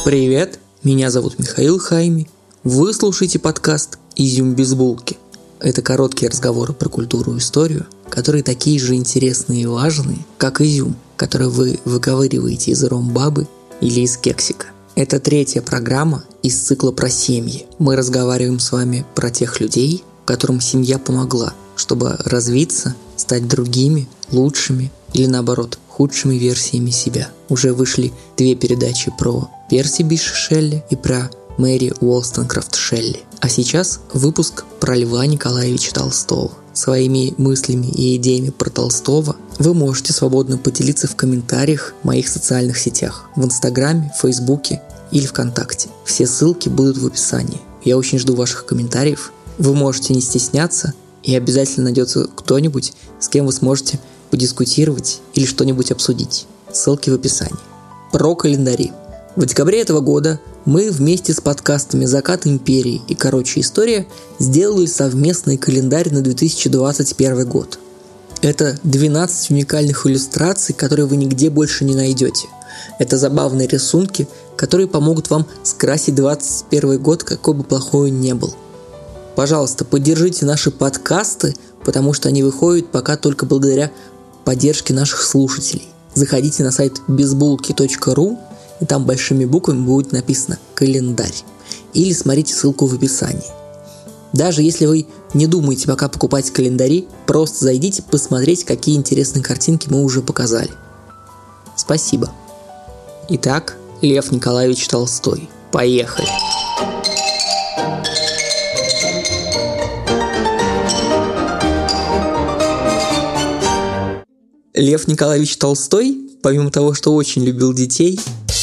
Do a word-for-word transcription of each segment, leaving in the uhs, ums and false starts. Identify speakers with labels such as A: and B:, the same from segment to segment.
A: Привет, меня зовут Михаил Хайми. Вы слушаете подкаст «Изюм без булки». Это короткие разговоры про культуру и историю, которые такие же интересные и важные, как изюм, который вы выковыриваете из ромбабы или из кексика. Это третья программа из цикла про семьи. Мы разговариваем с вами про тех людей, которым семья помогла, чтобы развиться, стать другими, лучшими или наоборот, худшими версиями себя. Уже вышли две передачи про Перси Bysshe Шелли и про Мэри Уолстонкрафт Шелли. А сейчас выпуск про Льва Николаевича Толстого. Своими мыслями и идеями про Толстого вы можете свободно поделиться в комментариях в моих социальных сетях, в Инстаграме, Фейсбуке или ВКонтакте. Все ссылки будут в описании. Я очень жду ваших комментариев. Вы можете не стесняться, и обязательно найдется кто-нибудь, с кем вы сможете подискутировать или что-нибудь обсудить. Ссылки в описании. Про календари. В декабре этого года мы вместе с подкастами «Закат империи» и «Короче, история» сделали совместный календарь на две тысячи двадцать первый год. Это двенадцать уникальных иллюстраций, которые вы нигде больше не найдете. Это забавные рисунки, которые помогут вам скрасить двадцать первый год, какой бы плохой он ни был. Пожалуйста, поддержите наши подкасты, потому что они выходят пока только благодаря поддержке наших слушателей. Заходите на сайт безбулки точка ру, и там большими буквами будет написано «Календарь». Или смотрите ссылку в описании. Даже если вы не думаете пока покупать календари, просто зайдите посмотреть, какие интересные картинки мы уже показали. Спасибо. Итак, Лев Николаевич Толстой. Поехали! Лев Николаевич Толстой, помимо того, что очень любил детей,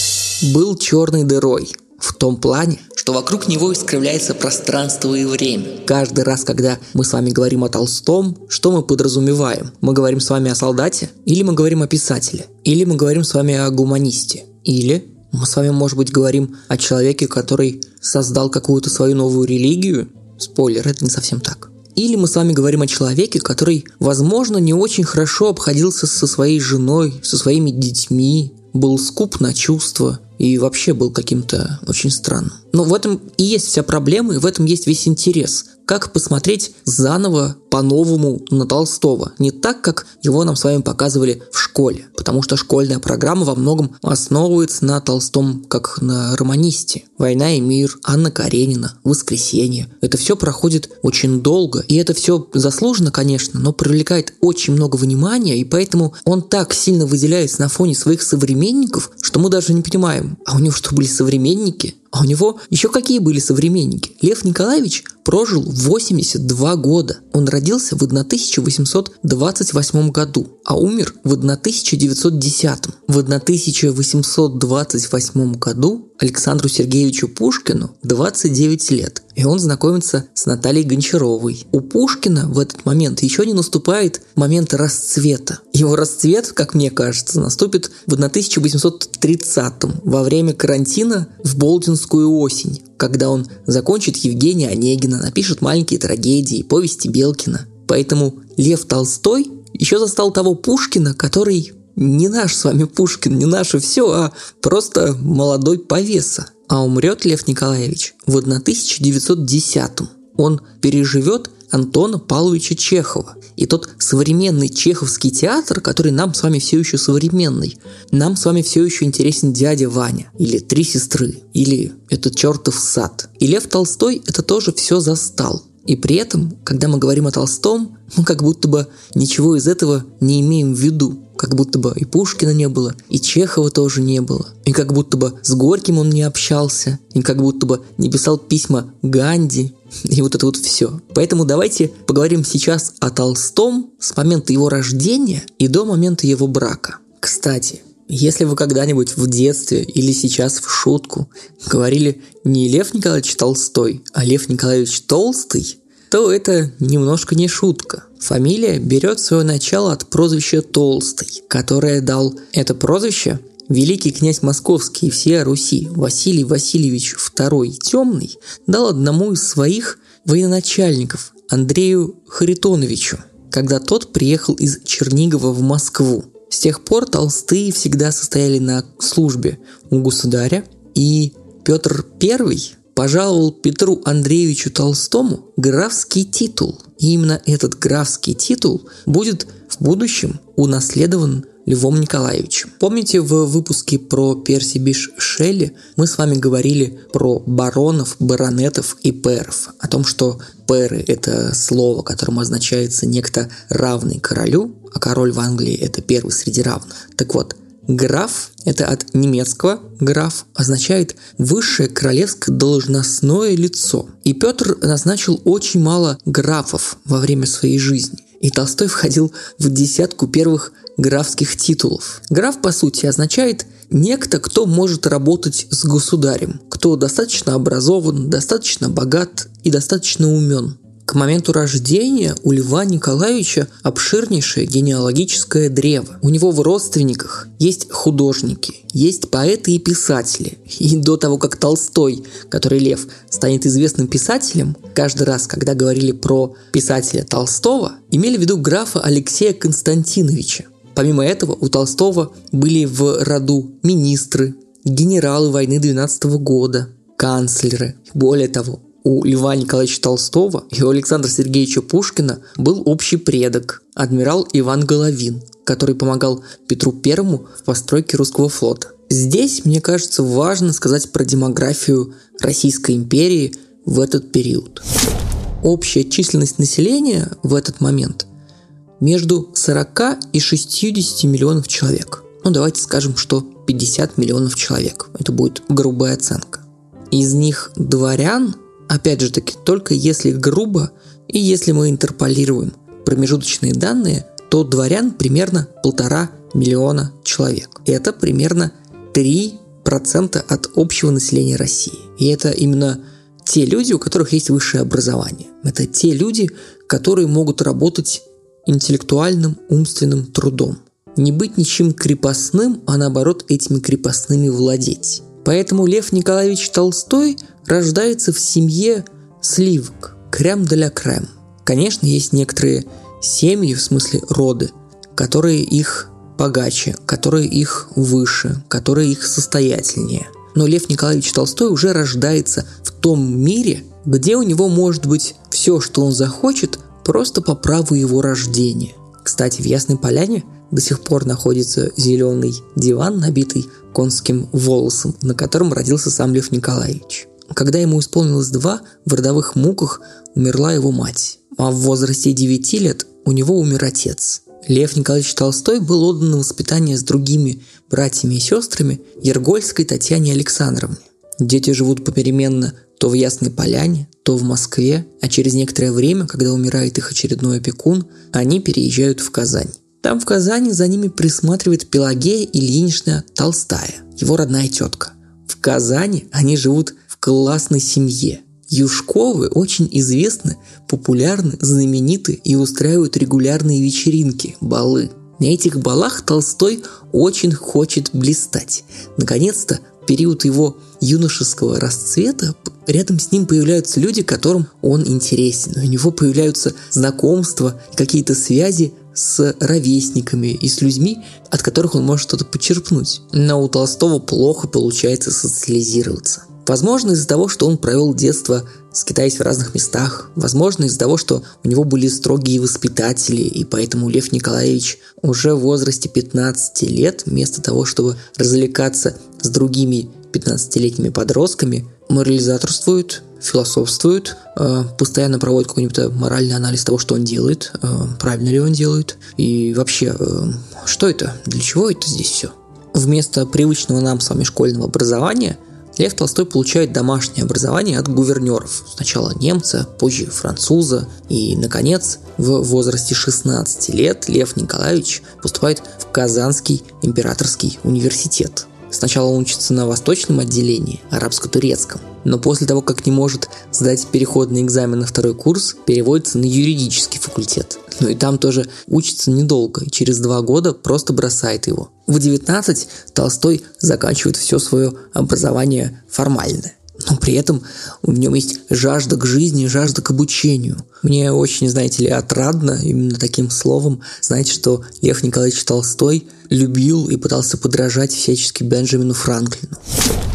A: был черной дырой в том плане, что вокруг него искривляется пространство и время. Каждый раз, когда мы с вами говорим о Толстом, что мы подразумеваем? Мы говорим с вами о солдате? Или мы говорим о писателе? Или мы говорим с вами о гуманисте? Или мы с вами, может быть, говорим о человеке, который создал какую-то свою новую религию? Спойлер, это не совсем так. Или мы с вами говорим о человеке, который, возможно, не очень хорошо обходился со своей женой, со своими детьми, был скуп на чувства и вообще был каким-то очень странным. Но в этом и есть вся проблема, и в этом есть весь интерес. Как посмотреть заново, по-новому на Толстого. Не так, как его нам с вами показывали в школе. Потому что школьная программа во многом основывается на Толстом, как на романисте. «Война и мир», «Анна Каренина», «Воскресенье». Это все проходит очень долго. И это все заслуженно, конечно, но привлекает очень много внимания. И поэтому он так сильно выделяется на фоне своих современников, что мы даже не понимаем, а у него что, были современники? А у него еще какие были современники? Лев Николаевич прожил восемьдесят два года. Он родился в тысяча восемьсот двадцать восьмом году, а умер в тысяча девятьсот десятом. В тысяча восемьсот двадцать восьмом году Александру Сергеевичу Пушкину двадцать девять лет, и он знакомится с Натальей Гончаровой. У Пушкина в этот момент еще не наступает момент расцвета. Его расцвет, как мне кажется, наступит в тысяча восемьсот тридцатом, во время карантина в Болдинскую осень, когда он закончит Евгения Онегина, напишет маленькие трагедии, повести Белкина. Поэтому Лев Толстой еще застал того Пушкина, который не наш с вами Пушкин, не наше все, а просто молодой повеса. А умрет Лев Николаевич в тысяча девятьсот десятом. Он переживет Антона Павловича Чехова. И тот современный чеховский театр, который нам с вами все еще современный, нам с вами все еще интересен «Дядя Ваня», или «Три сестры», или «Этот чертов сад». И Лев Толстой это тоже все застал. И при этом, когда мы говорим о Толстом, мы как будто бы ничего из этого не имеем в виду. Как будто бы и Пушкина не было, и Чехова тоже не было. И как будто бы с Горьким он не общался, и как будто бы не писал письма Ганди, и вот это вот все. Поэтому давайте поговорим сейчас о Толстом с момента его рождения и до момента его брака. Кстати, если вы когда-нибудь в детстве или сейчас в шутку говорили не Лев Николаевич Толстой, а Лев Николаевич Толстый, то это немножко не шутка. Фамилия берет свое начало от прозвища Толстый, которое дал это прозвище великий князь московский и всея Руси Василий Васильевич второй Темный дал одному из своих военачальников, Андрею Харитоновичу, когда тот приехал из Чернигова в Москву. С тех пор Толстые всегда состояли на службе у государя И Петр Первый пожаловал Петру Андреевичу Толстому графский титул. И именно этот графский титул будет в будущем унаследован Львом Николаевичем. Помните, в выпуске про Перси Bysshe Шелли мы с вами говорили про баронов, баронетов и пэров, о том, что пэры – это слово, которым означается некто равный королю, а король в Англии – это первый среди равных. Так вот, граф – это от немецкого «граф», означает высшее королевское должностное лицо. И Петр назначил очень мало графов во время своей жизни. И Толстой входил в десятку первых графских титулов. Граф, по сути, означает некто, кто может работать с государем, кто достаточно образован, достаточно богат и достаточно умен. К моменту рождения у Льва Николаевича обширнейшее генеалогическое древо. У него в родственниках есть художники, есть поэты и писатели. И до того, как Толстой, который Лев, станет известным писателем, каждый раз, когда говорили про писателя Толстого, имели в виду графа Алексея Константиновича. Помимо этого, у Толстого были в роду министры, генералы войны двенадцатого года, канцлеры. Более того, у Льва Николаевича Толстого и у Александра Сергеевича Пушкина был общий предок, адмирал Иван Головин, который помогал Петру Первому в постройке русского флота. Здесь, мне кажется, важно сказать про демографию Российской империи в этот период. Общая численность населения в этот момент между сорока и шестьюдесятью миллионов человек. Ну, давайте скажем, что пятьдесят миллионов человек. Это будет грубая оценка. Из них дворян, опять же таки, только если грубо и если мы интерполируем промежуточные данные, то дворян примерно полтора миллиона человек. Это примерно три процента от общего населения России. И это именно те люди, у которых есть высшее образование. Это те люди, которые могут работать интеллектуальным, умственным трудом. Не быть ничем крепостным, а наоборот этими крепостными владеть. Поэтому Лев Николаевич Толстой рождается в семье сливок, крем де ля крем. Конечно, есть некоторые семьи, в смысле роды, которые их богаче, которые их выше, которые их состоятельнее. Но Лев Николаевич Толстой уже рождается в том мире, где у него может быть все, что он захочет, просто по праву его рождения. Кстати, в Ясной Поляне до сих пор находится зеленый диван, набитый конским волосом, на котором родился сам Лев Николаевич. Когда ему исполнилось два, в родовых муках умерла его мать, а в возрасте девяти лет у него умер отец. Лев Николаевич Толстой был отдан на воспитание с другими братьями и сестрами Ергольской Татьяне Александровне. Дети живут попеременно то в Ясной Поляне, то в Москве, а через некоторое время, когда умирает их очередной опекун, они переезжают в Казань. Там в Казани за ними присматривает Пелагея Ильинична Толстая, его родная тетка. В Казани они живут в классной семье. Юшковы очень известны, популярны, знамениты и устраивают регулярные вечеринки, балы. На этих балах Толстой очень хочет блистать. Наконец-то, в период его юношеского расцвета, рядом с ним появляются люди, которым он интересен. У него появляются знакомства, какие-то связи с ровесниками и с людьми, от которых он может что-то почерпнуть. Но у Толстого плохо получается социализироваться. Возможно, из-за того, что он провел детство, скитаясь в разных местах. Возможно, из-за того, что у него были строгие воспитатели, и поэтому Лев Николаевич уже в возрасте пятнадцати лет, вместо того, чтобы развлекаться с другими пятнадцатилетними подростками, морализаторствует, философствует, э, постоянно проводит какой-нибудь моральный анализ того, что он делает, э, правильно ли он делает, и вообще, э, что это, для чего это здесь все. Вместо привычного нам с вами школьного образования Лев Толстой получает домашнее образование от гувернеров. Сначала немца, позже француза. И, наконец, в возрасте шестнадцати лет Лев Николаевич поступает в Казанский императорский университет. Сначала он учится на восточном отделении, арабско-турецком. Но после того, как не может сдать переходный экзамен на второй курс, переводится на юридический факультет. Ну и там тоже учится недолго, и через два года просто бросает его. В девятнадцать Толстой заканчивает все свое образование формальное. Но при этом в нем есть жажда к жизни, жажда к обучению. Мне очень, знаете ли, отрадно именно таким словом знать, что Лев Николаевич Толстой любил и пытался подражать всячески Бенджамину Франклину.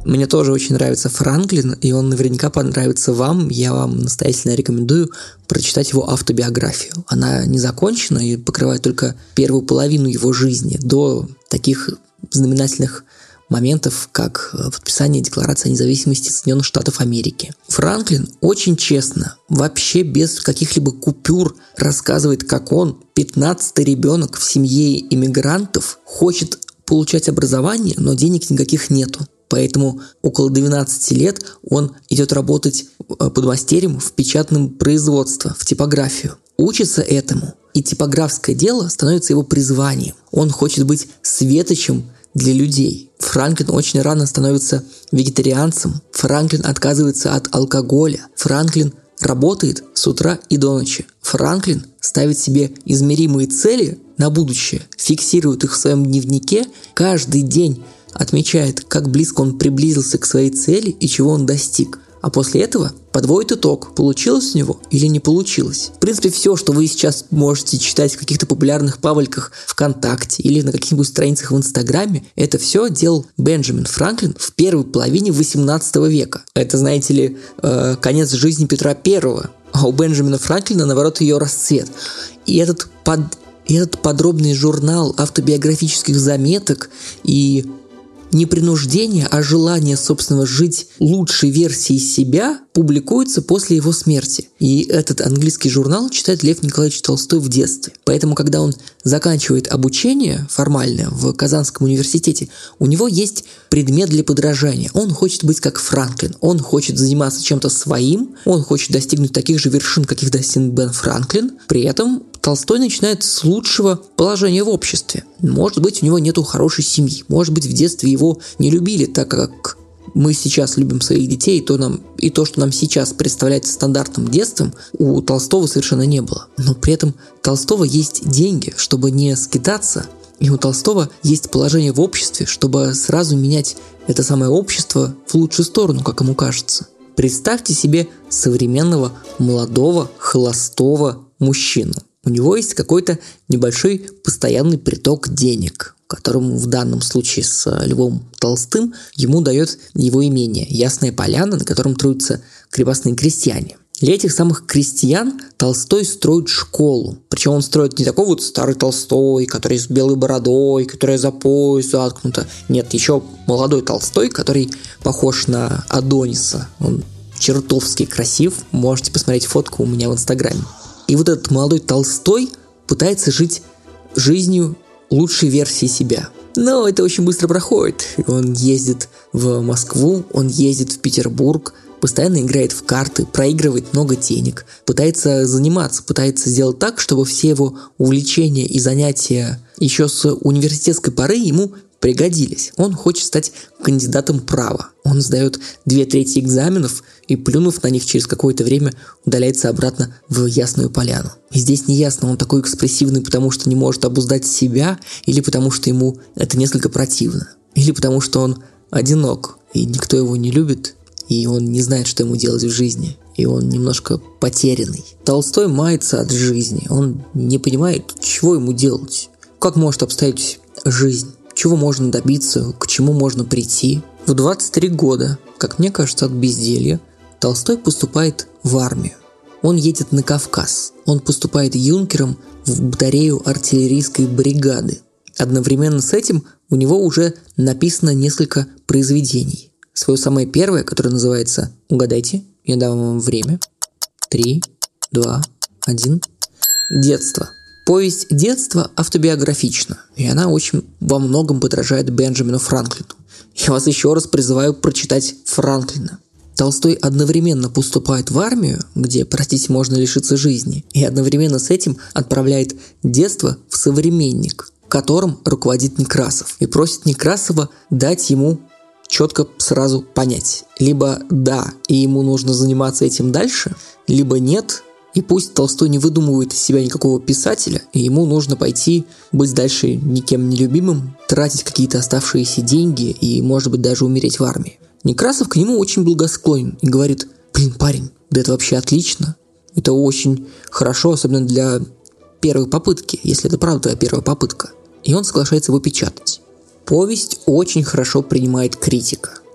A: Мне тоже очень нравится Франклин, и он наверняка понравится вам. Я вам настоятельно рекомендую прочитать его автобиографию. Она не закончена и покрывает только первую половину его жизни, до таких знаменательных моментов, как подписание Декларации о независимости Соединенных Штатов Америки. Франклин очень честно, вообще без каких-либо купюр, рассказывает, как он, пятнадцатый ребенок в семье иммигрантов, хочет получать образование, но денег никаких нету. Поэтому около двенадцати лет он идет работать подмастерьем в печатном производстве, в типографию. Учится этому, и типографское дело становится его призванием. Он хочет быть светочем для людей. Франклин очень рано становится вегетарианцем. Франклин отказывается от алкоголя. Франклин работает с утра и до ночи. Франклин ставит себе измеримые цели на будущее, фиксирует их в своем дневнике, каждый день отмечает, как близко он приблизился к своей цели и чего он достиг. А после этого подводит итог, получилось у него или не получилось. В принципе, все, что вы сейчас можете читать в каких-то популярных пабликах ВКонтакте или на каких-нибудь страницах в Инстаграме, это все делал Бенджамин Франклин в первой половине восемнадцатого века. Это, знаете ли, э, конец жизни Петра Первого, а у Бенджамина Франклина, наоборот, ее расцвет. И этот, под, и этот подробный журнал автобиографических заметок и непринуждение, а желание, собственно, жить лучшей версией себя публикуется после его смерти. И этот английский журнал читает Лев Николаевич Толстой в детстве. Поэтому, когда он заканчивает обучение формальное в Казанском университете, у него есть предмет для подражания. Он хочет быть как Франклин, он хочет заниматься чем-то своим, он хочет достигнуть таких же вершин, каких достиг Бен Франклин. При этом Толстой начинает с лучшего положения в обществе. Может быть, у него нету хорошей семьи, может быть, в детстве его не любили так, как мы сейчас любим своих детей, и то, нам, и то, что нам сейчас представляется стандартным детством, у Толстого совершенно не было. Но при этом у Толстого есть деньги, чтобы не скитаться, и у Толстого есть положение в обществе, чтобы сразу менять это самое общество в лучшую сторону, как ему кажется. Представьте себе современного молодого холостого мужчину. У него есть какой-то небольшой постоянный приток денег, которому в данном случае с Львом Толстым ему дает его имение Ясная Поляна, на котором трудятся крепостные крестьяне. Для этих самых крестьян Толстой строит школу. Причем он строит не такой вот старый Толстой, который с белой бородой, которая за пояс заткнута. Нет, еще молодой Толстой, который похож на Адониса. Он чертовски красив. Можете посмотреть фотку у меня в Инстаграме. И вот этот молодой Толстой пытается жить жизнью лучшей версии себя. Но это очень быстро проходит. Он ездит в Москву, он ездит в Петербург, постоянно играет в карты, проигрывает много денег, пытается заниматься, пытается сделать так, чтобы все его увлечения и занятия еще с университетской поры ему пригодились. Он хочет стать кандидатом права. Он сдает две трети экзаменов и, плюнув на них, через какое-то время удаляется обратно в Ясную Поляну. И здесь не ясно, он такой экспрессивный, потому что не может обуздать себя, или потому что ему это несколько противно, или потому что он одинок, и никто его не любит, и он не знает, что ему делать в жизни, и он немножко потерянный. Толстой мается от жизни, он не понимает, чего ему делать, как может обстоять жизнь, чего можно добиться, к чему можно прийти. В двадцать три года, как мне кажется, от безделья, Толстой поступает в армию. Он едет на Кавказ. Он поступает юнкером в батарею артиллерийской бригады. Одновременно с этим у него уже написано несколько произведений. Свое самое первое, которое называется, угадайте, я дам вам время. Три, два, один. Детство. Повесть детства автобиографична, и она очень во многом подражает Бенджамину Франклину. Я вас еще раз призываю прочитать Франклина. Толстой одновременно поступает в армию, где, простите, можно лишиться жизни, и одновременно с этим отправляет детство в современник, которым руководит Некрасов, и просит Некрасова дать ему четко сразу понять. Либо да, и ему нужно заниматься этим дальше, либо нет, и пусть Толстой не выдумывает из себя никакого писателя, и ему нужно пойти быть дальше никем не любимым, тратить какие-то оставшиеся деньги и, может быть, даже умереть в армии. Некрасов к нему очень благосклонен и говорит: блин, парень, да это вообще отлично, это очень хорошо, особенно для первой попытки, если это правда твоя первая попытка. И он соглашается его печатать. Повесть очень хорошо принимает критика.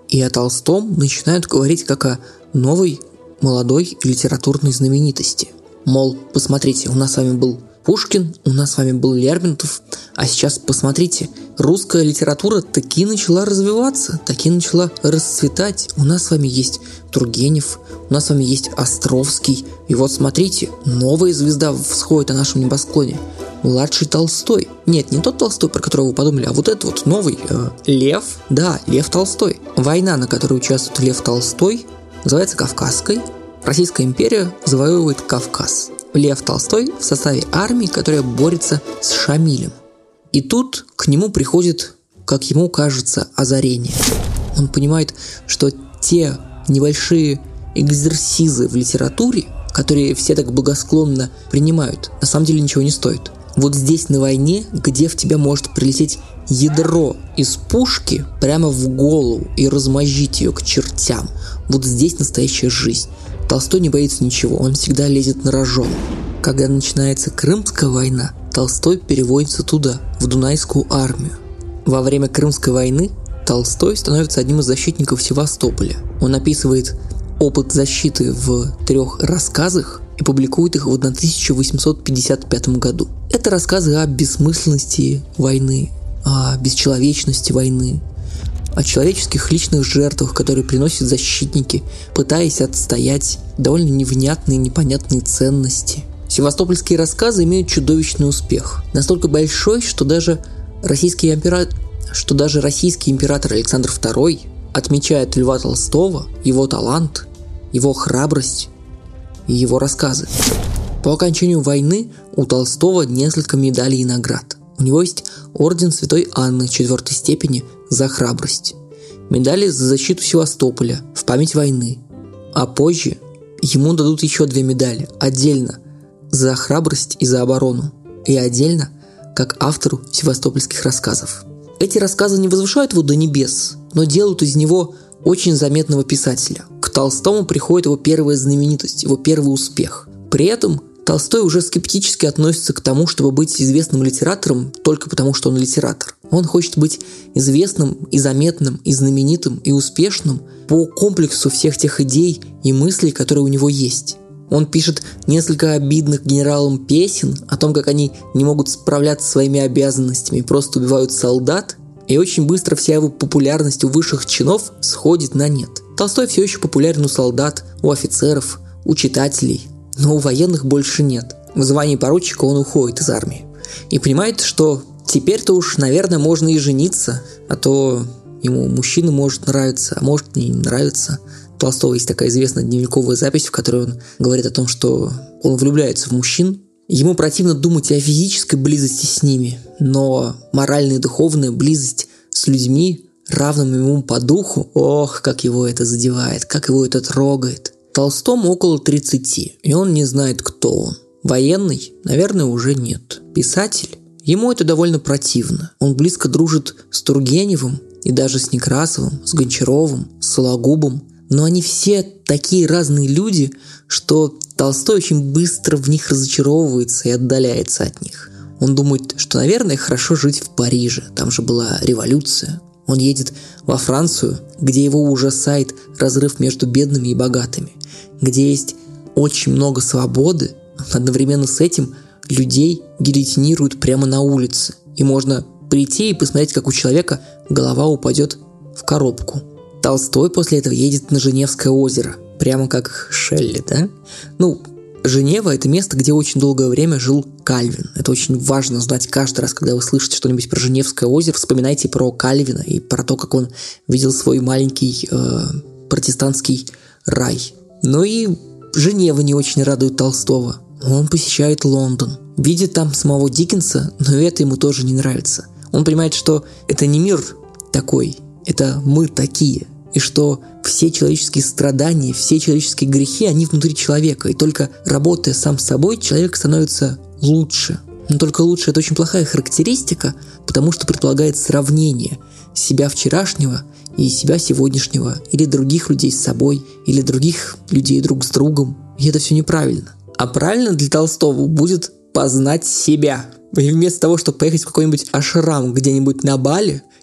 A: И о Толстом начинают говорить как о новой молодой литературной знаменитости. Мол, посмотрите, у нас с вами был Пушкин, у нас с вами был Лермонтов, а сейчас посмотрите, русская литература таки начала развиваться, таки начала расцветать. У нас с вами есть Тургенев, у нас с вами есть Островский, и вот смотрите, новая звезда всходит на нашем небосклоне. Младший Толстой. Нет, не тот Толстой, про которого вы подумали, а вот этот вот новый э, Лев. Да, Лев Толстой. Война, на которой участвует Лев Толстой, называется Кавказской. Российская империя завоевывает Кавказ. Лев Толстой в составе армии, которая борется с Шамилем. И тут к нему приходит, как ему кажется, озарение. Он понимает, что те небольшие экзерсизы в литературе, которые все так благосклонно принимают, на самом деле ничего не стоят. Вот здесь на войне, где в тебя может прилететь ядро из пушки прямо в голову и размозжить ее к чертям, вот здесь настоящая жизнь. Толстой не боится ничего, он всегда лезет на рожон. Когда начинается Крымская война, Толстой переводится туда, в Дунайскую армию. Во время Крымской войны Толстой становится одним из защитников Севастополя. Он описывает опыт защиты в трех рассказах и публикует их в тысяча восемьсот пятьдесят пятом году. Это рассказы о бессмысленности войны, о бесчеловечности войны, о человеческих личных жертвах, которые приносят защитники, пытаясь отстоять довольно невнятные, непонятные ценности. Севастопольские рассказы имеют чудовищный успех. Настолько большой, что даже российский император, что даже российский император Александр второй отмечает Льва Толстого, его талант, его храбрость и его рассказы. По окончанию войны у Толстого несколько медалей и наград. У него есть орден Святой Анны четвертой степени за храбрость, медали за защиту Севастополя в память войны, а позже ему дадут еще две медали отдельно за храбрость и за оборону, и отдельно как автору севастопольских рассказов. Эти рассказы не возвышают его до небес, но делают из него очень заметного писателя. К Толстому приходит его первая знаменитость, его первый успех. При этом Толстой уже скептически относится к тому, чтобы быть известным литератором только потому, что он литератор. Он хочет быть известным и заметным, и знаменитым, и успешным по комплексу всех тех идей и мыслей, которые у него есть. Он пишет несколько обидных генералам песен о том, как они не могут справляться со своими обязанностями и просто убивают солдат, и очень быстро вся его популярность у высших чинов сходит на нет. Толстой все еще популярен у солдат, у офицеров, у читателей, но у военных больше нет. В звании поручика он уходит из армии и понимает, что теперь-то уж, наверное, можно и жениться, а то ему мужчина может нравиться, а может и не нравится. У Толстого есть такая известная дневниковая запись, в которой он говорит о том, что он влюбляется в мужчин. Ему противно думать о физической близости с ними, но моральная и духовная близость с людьми, равными ему по духу, ох, как его это задевает, как его это трогает. Толстому около тридцати, и он не знает, кто он. Военный, наверное, уже нет. Писатель? Ему это довольно противно. Он близко дружит с Тургеневым и даже с Некрасовым, с Гончаровым, с Сологубом. Но они все такие разные люди, что Толстой очень быстро в них разочаровывается и отдаляется от них. Он думает, что, наверное, хорошо жить в Париже, там же была революция. Он едет во Францию, где его ужасает разрыв между бедными и богатыми, где есть очень много свободы, одновременно с этим людей гильотинируют прямо на улице, и можно прийти и посмотреть, как у человека голова упадет в коробку. Толстой после этого едет на Женевское озеро, прямо как Шелли, да? Ну, Женева – это место, где очень долгое время жил Кальвин. Это очень важно знать каждый раз, когда вы слышите что-нибудь про Женевское озеро, вспоминайте про Кальвина и про то, как он видел свой маленький э, протестантский рай. Ну и Женева не очень радует Толстого. Он посещает Лондон, видит там самого Диккенса, но это ему тоже не нравится. Он понимает, что это не мир такой, это мы такие. И что все человеческие страдания, все человеческие грехи, они внутри человека. И только работая сам с собой, человек становится лучше. Но только лучше – это очень плохая характеристика, потому что предполагает сравнение себя вчерашнего и себя сегодняшнего, или других людей с собой, или других людей друг с другом. И это все неправильно. А правильно для Толстого будет познать себя. И вместо того, чтобы поехать в какой-нибудь ашрам где-нибудь на Бали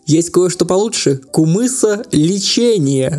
A: есть кое-что получше. Кумысолечение.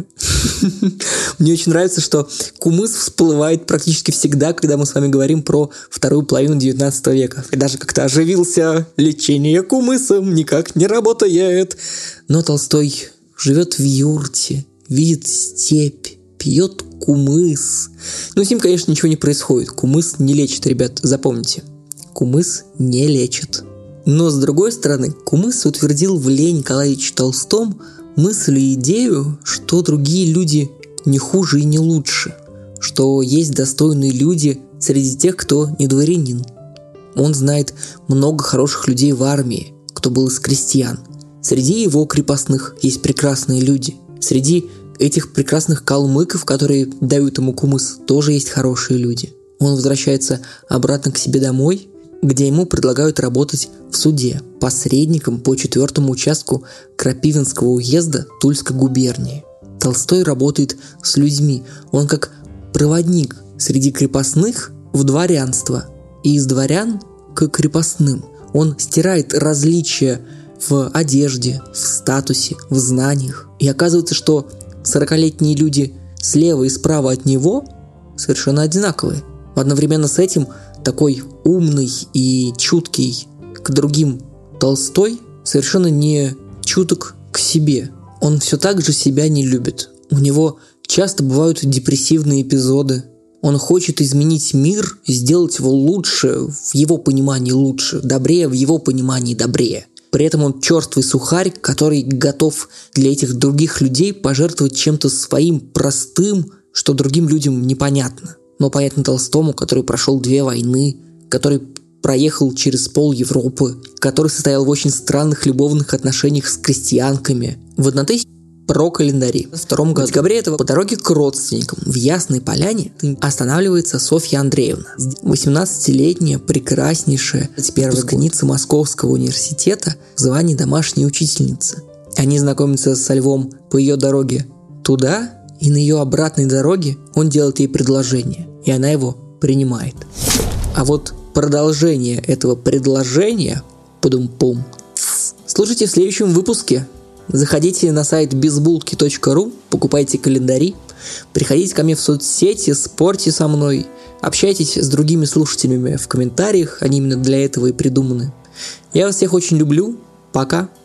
A: Мне очень нравится, что кумыс всплывает практически всегда, когда мы с вами говорим про вторую половину девятнадцатого века. И даже как-то оживился. Лечение кумысом никак не работает. Но Толстой живет в юрте, видит степь, пьет кумыс. Но с ним, конечно, ничего не происходит. Кумыс не лечит, ребят, запомните. Кумыс не лечит. Но, с другой стороны, Кумыс утвердил в Льве Николаевиче Толстом мысль и идею, что другие люди не хуже и не лучше, что есть достойные люди среди тех, кто не дворянин. Он знает много хороших людей в армии, кто был из крестьян. Среди его крепостных есть прекрасные люди. Среди этих прекрасных калмыков, которые дают ему кумыс, тоже есть хорошие люди. Он возвращается обратно к себе домой, где ему предлагают работать в суде посредником по четвертому участку Крапивинского уезда Тульской губернии. Толстой работает с людьми. Он как проводник среди крепостных в дворянство и из дворян к крепостным. Он стирает различия в одежде, в статусе, в знаниях. И оказывается, что сорокалетние люди слева и справа от него совершенно одинаковые. Одновременно с этим такой умный и чуткий к другим Толстой совершенно не чуток к себе. Он все так же себя не любит. У него часто бывают депрессивные эпизоды. Он хочет изменить мир, сделать его лучше, в его понимании лучше, добрее, в его понимании добрее. При этом он черствый сухарь, который готов для этих других людей пожертвовать чем-то своим простым, что другим людям непонятно. Но понятно Толстому, который прошел две войны, который проехал через пол Европы, который состоял в очень странных любовных отношениях с крестьянками. В тысяча про календари. В втором году, в декабре этого, по дороге к родственникам в Ясной Поляне останавливается Софья Андреевна, восемнадцатилетняя, прекраснейшая, первая выпускница Московского университета в звании домашней учительницы. Они знакомятся со Львом по ее дороге туда, и на ее обратной дороге он делает ей предложение, и она его принимает. А вот продолжение этого предложения, пудум-пум, слушайте в следующем выпуске. Заходите на сайт безбулки точка ру, покупайте календари, приходите ко мне в соцсети, спорьте со мной, общайтесь с другими слушателями в комментариях, они именно для этого и придуманы. Я вас всех очень люблю, пока!